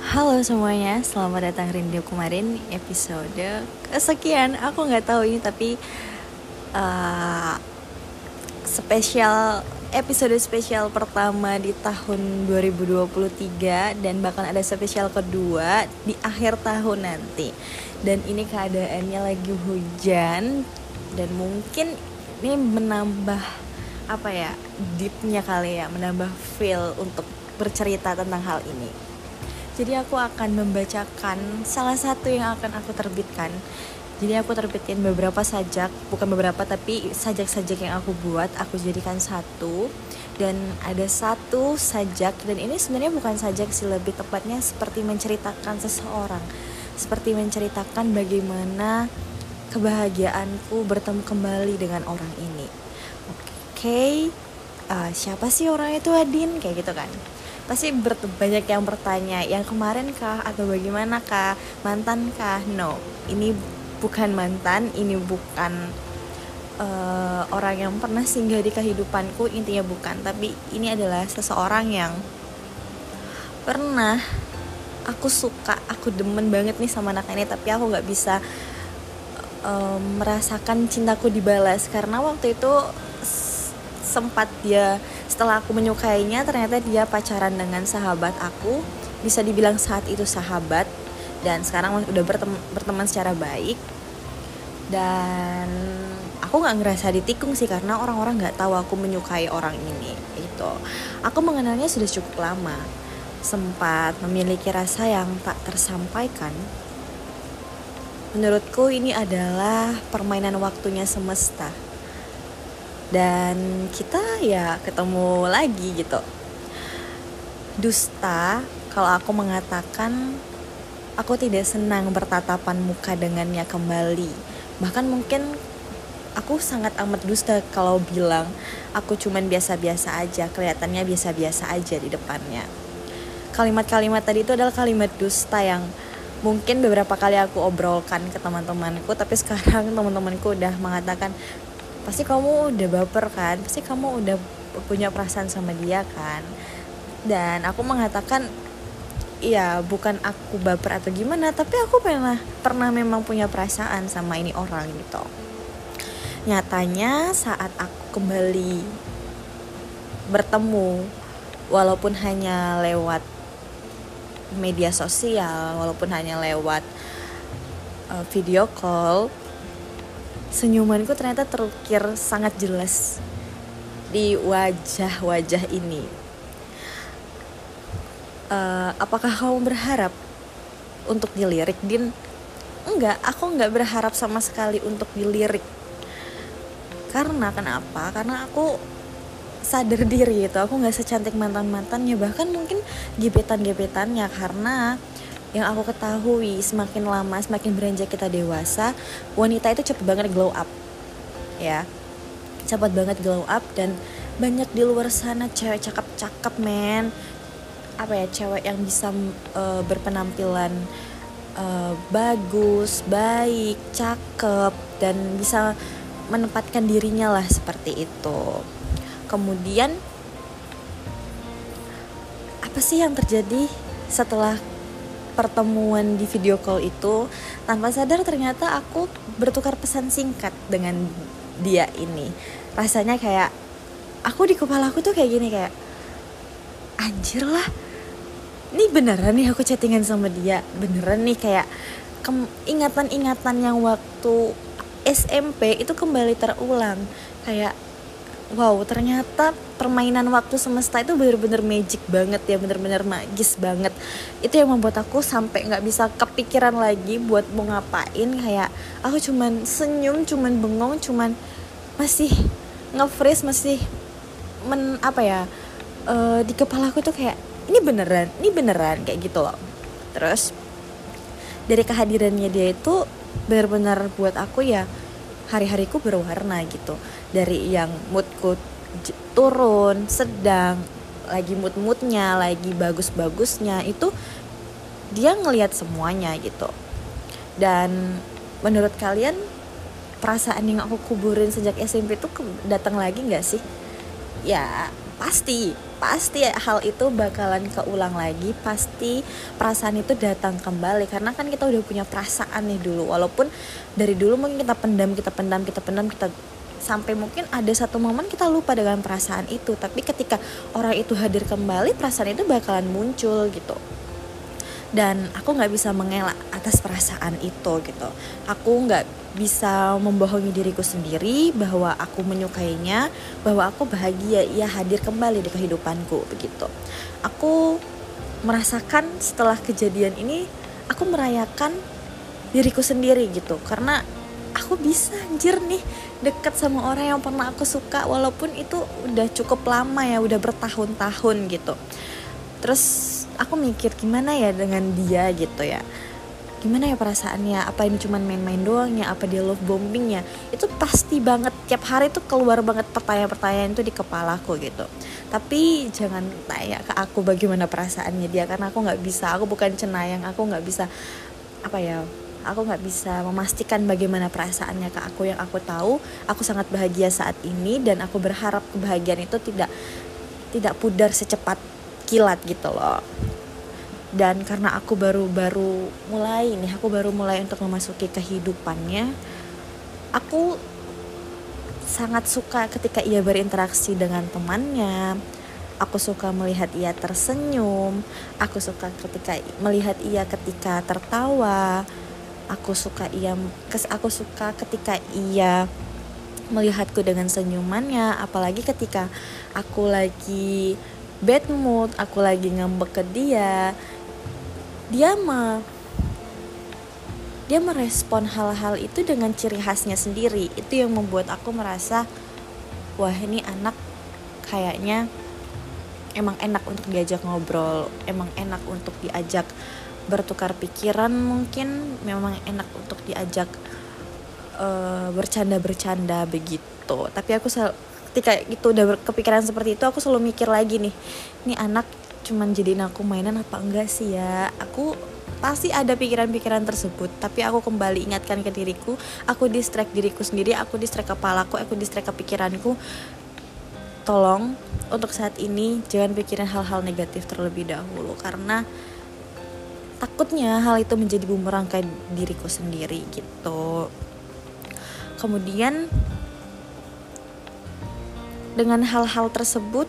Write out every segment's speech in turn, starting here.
Halo semuanya, selamat datang Rindu Kemarin episode kesekian. Aku nggak tahu ini tapi uh, episode spesial pertama di tahun 2023 dan bahkan ada spesial kedua di akhir tahun nanti. Dan ini keadaannya lagi hujan dan mungkin ini menambah deepnya kali ya, menambah feel untuk bercerita tentang hal ini. Jadi aku akan membacakan salah satu yang akan aku terbitkan. Jadi aku terbitin beberapa sajak, bukan beberapa tapi sajak-sajak yang aku buat, aku jadikan satu. Dan ada satu sajak, dan ini sebenarnya bukan sajak sih, lebih tepatnya seperti menceritakan seseorang. Seperti menceritakan bagaimana kebahagiaanku bertemu kembali dengan orang ini. Oke, siapa sih orang itu, Adin? Kayak gitu kan. Pasti banyak yang bertanya, yang kemarin kah atau bagaimana kah, mantan kah? No, ini bukan mantan, ini bukan orang yang pernah singgah di kehidupanku, intinya bukan. Tapi ini adalah seseorang yang pernah aku suka, aku demen banget nih sama anak ini, tapi aku nggak bisa merasakan cintaku dibalas karena waktu itu sempat dia, setelah aku menyukainya, ternyata dia pacaran dengan sahabat aku, bisa dibilang saat itu sahabat, dan sekarang udah berteman secara baik. Dan aku nggak ngerasa ditikung sih karena orang-orang nggak tahu aku menyukai orang ini. Itu aku mengenalnya sudah cukup lama, sempat memiliki rasa yang tak tersampaikan. Menurutku ini adalah permainan waktunya semesta. Dan kita ya ketemu lagi gitu. Dusta kalau aku mengatakan aku tidak senang bertatapan muka dengannya kembali. Bahkan mungkin aku sangat amat dusta kalau bilang aku cuman biasa-biasa aja, kelihatannya biasa-biasa aja di depannya. Kalimat-kalimat tadi itu adalah kalimat dusta yang mungkin beberapa kali aku obrolkan ke teman-temanku, tapi sekarang teman-temanku udah mengatakan, pasti kamu udah baper kan, pasti kamu udah punya perasaan sama dia kan. Dan aku mengatakan, iya, bukan aku baper atau gimana, tapi aku pernah memang punya perasaan sama ini orang gitu. Nyatanya saat aku kembali bertemu, walaupun hanya lewat media sosial, walaupun hanya lewat video call, senyumanku ternyata terukir sangat jelas di wajah-wajah ini. Apakah kamu berharap untuk dilirik, Din? Enggak, aku enggak berharap sama sekali untuk dilirik. Karena kenapa? Karena aku sadar diri gitu, aku enggak secantik mantan-mantannya, bahkan mungkin gebetan-gebetannya. Karena yang aku ketahui, semakin lama, semakin beranjak kita dewasa, wanita itu cepet banget glow up, ya, cepet banget glow up. Dan banyak di luar sana cewek cakep-cakep, men. Cewek yang bisa berpenampilan bagus, baik, cakep, dan bisa menempatkan dirinya lah seperti itu. Kemudian apa sih yang terjadi setelah pertemuan di video call itu? Tanpa sadar ternyata aku bertukar pesan singkat dengan dia ini. Rasanya kayak aku di kepala aku tuh kayak gini, kayak anjir lah, ini beneran nih aku chattingan sama dia, beneran nih, kayak ingatan-ingatan yang waktu SMP itu kembali terulang. Kayak wow, ternyata permainan waktu semesta itu bener-bener magic banget ya, bener-bener magis banget. Itu yang membuat aku sampai gak bisa kepikiran lagi buat mau ngapain. Kayak aku cuman senyum, cuman bengong, cuman masih nge-freeze, masih di kepala aku tuh kayak ini beneran kayak gitu loh. Terus dari kehadirannya dia itu benar-benar buat aku ya hari-hariku berwarna gitu. Dari yang moodku turun, sedang, lagi mood-moodnya, lagi bagus-bagusnya, itu dia ngelihat semuanya gitu. Dan menurut kalian perasaan yang aku kuburin sejak SMP itu datang lagi gak sih? Ya pasti hal itu bakalan keulang lagi, pasti perasaan itu datang kembali, karena kan kita udah punya perasaan nih dulu, walaupun dari dulu mungkin kita pendam kita sampai mungkin ada satu momen kita lupa dengan perasaan itu, tapi ketika orang itu hadir kembali, perasaan itu bakalan muncul gitu. Dan aku nggak bisa mengelak atas perasaan itu gitu. Aku nggak bisa membohongi diriku sendiri bahwa aku menyukainya, bahwa aku bahagia ia hadir kembali di kehidupanku begitu. Aku merasakan setelah kejadian ini, aku merayakan diriku sendiri gitu, karena aku bisa anjir nih deket sama orang yang pernah aku suka, walaupun itu udah cukup lama ya, udah bertahun-tahun gitu. Terus aku mikir gimana ya dengan dia gitu ya, gimana ya perasaannya, apa ini cuman main-main doang ya, apa dia love bombing ya. Itu pasti banget tiap hari tuh keluar banget pertanyaan-pertanyaan itu di kepalaku gitu. Tapi jangan tanya ke aku bagaimana perasaannya dia, karena aku nggak bisa, aku bukan cenayang, aku nggak bisa aku nggak bisa memastikan bagaimana perasaannya ke aku. Yang aku tahu, aku sangat bahagia saat ini, dan aku berharap kebahagiaan itu tidak pudar secepat kilat gitu loh. Dan karena aku baru mulai untuk memasuki kehidupannya, aku sangat suka ketika ia berinteraksi dengan temannya. Aku suka melihat ia tersenyum, aku suka melihat ia ketika tertawa. Aku suka ketika ia melihatku dengan senyumannya, apalagi ketika aku lagi bad mood, aku lagi ngambek ke dia merespon hal-hal itu dengan ciri khasnya sendiri. Itu yang membuat aku merasa, wah ini anak kayaknya emang enak untuk diajak ngobrol, emang enak untuk diajak bertukar pikiran, mungkin memang enak untuk diajak bercanda-bercanda begitu. Tapi aku ketika itu udah kepikiran seperti itu, aku selalu mikir lagi nih, ini anak cuman jadiin aku mainan apa enggak sih ya. Aku pasti ada pikiran-pikiran tersebut, tapi aku kembali ingatkan ke diriku, aku distract diriku sendiri, aku distract kepalaku, aku distract kepikiranku. Tolong untuk saat ini jangan pikirin hal-hal negatif terlebih dahulu, karena takutnya hal itu menjadi bumerang ke diriku sendiri gitu. Kemudian dengan hal-hal tersebut,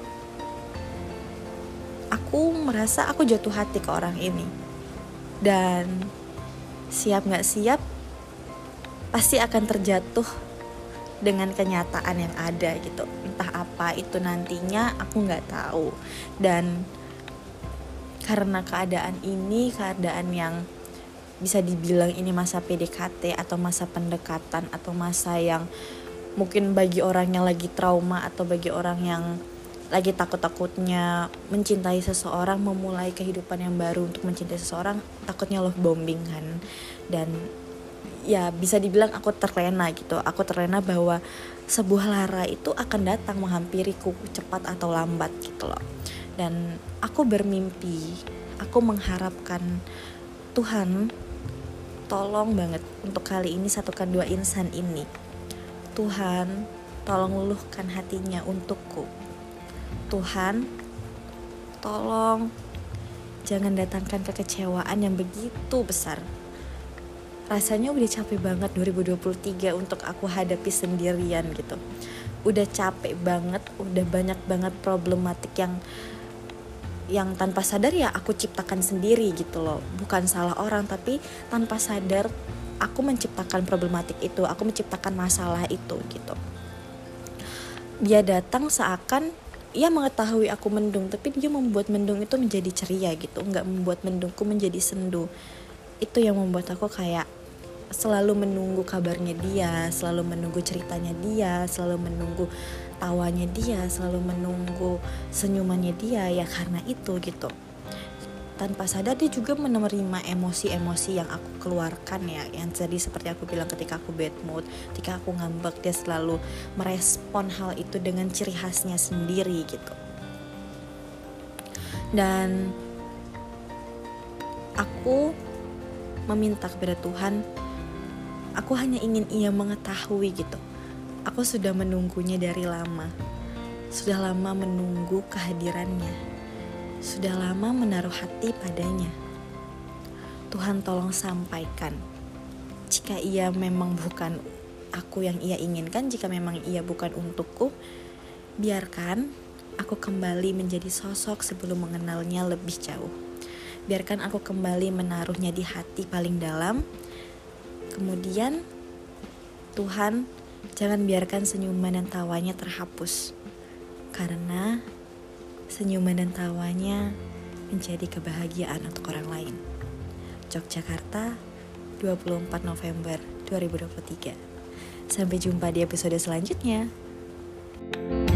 aku merasa aku jatuh hati ke orang ini. Dan siap gak siap, pasti akan terjatuh dengan kenyataan yang ada gitu. Entah apa itu nantinya, aku gak tahu. Dan karena keadaan yang bisa dibilang ini masa PDKT atau masa pendekatan, atau masa yang mungkin bagi orang yang lagi trauma, atau bagi orang yang lagi takut-takutnya mencintai seseorang, memulai kehidupan yang baru untuk mencintai seseorang, takutnya love bombing kan. Dan ya bisa dibilang aku terlena gitu. Aku terlena bahwa sebuah lara itu akan datang menghampiriku cepat atau lambat gitu loh. Dan aku bermimpi, aku mengharapkan Tuhan tolong banget untuk kali ini satukan dua insan ini. Tuhan tolong luluhkan hatinya untukku. Tuhan tolong jangan datangkan kekecewaan yang begitu besar. Rasanya udah capek banget 2023 untuk aku hadapi sendirian gitu. Udah capek banget, udah banyak banget problematik yang tanpa sadar ya aku ciptakan sendiri gitu loh. Bukan salah orang, tapi tanpa sadar aku menciptakan problematik itu, aku menciptakan masalah itu gitu. Dia datang seakan ia mengetahui aku mendung, tapi dia membuat mendung itu menjadi ceria gitu, nggak membuat mendungku menjadi sendu. Itu yang membuat aku kayak selalu menunggu kabarnya dia, selalu menunggu ceritanya dia, selalu menunggu tawanya dia, selalu menunggu senyumannya dia. Ya karena itu gitu, tanpa sadar dia juga menerima emosi-emosi yang aku keluarkan ya. Yang jadi seperti aku bilang, ketika aku bad mood, ketika aku ngambek, dia selalu merespon hal itu dengan ciri khasnya sendiri gitu. Dan aku meminta kepada Tuhan, aku hanya ingin ia mengetahui gitu, aku sudah menunggunya dari lama. Sudah lama menunggu kehadirannya. Sudah lama menaruh hati padanya. Tuhan tolong sampaikan. Jika ia memang bukan aku yang ia inginkan, jika memang ia bukan untukku, biarkan aku kembali menjadi sosok sebelum mengenalnya lebih jauh. Biarkan aku kembali menaruhnya di hati paling dalam. Kemudian, Tuhan, jangan biarkan senyuman dan tawanya terhapus. Karena senyuman dan tawanya menjadi kebahagiaan untuk orang lain. Yogyakarta, 24 November 2023. Sampai jumpa di episode selanjutnya.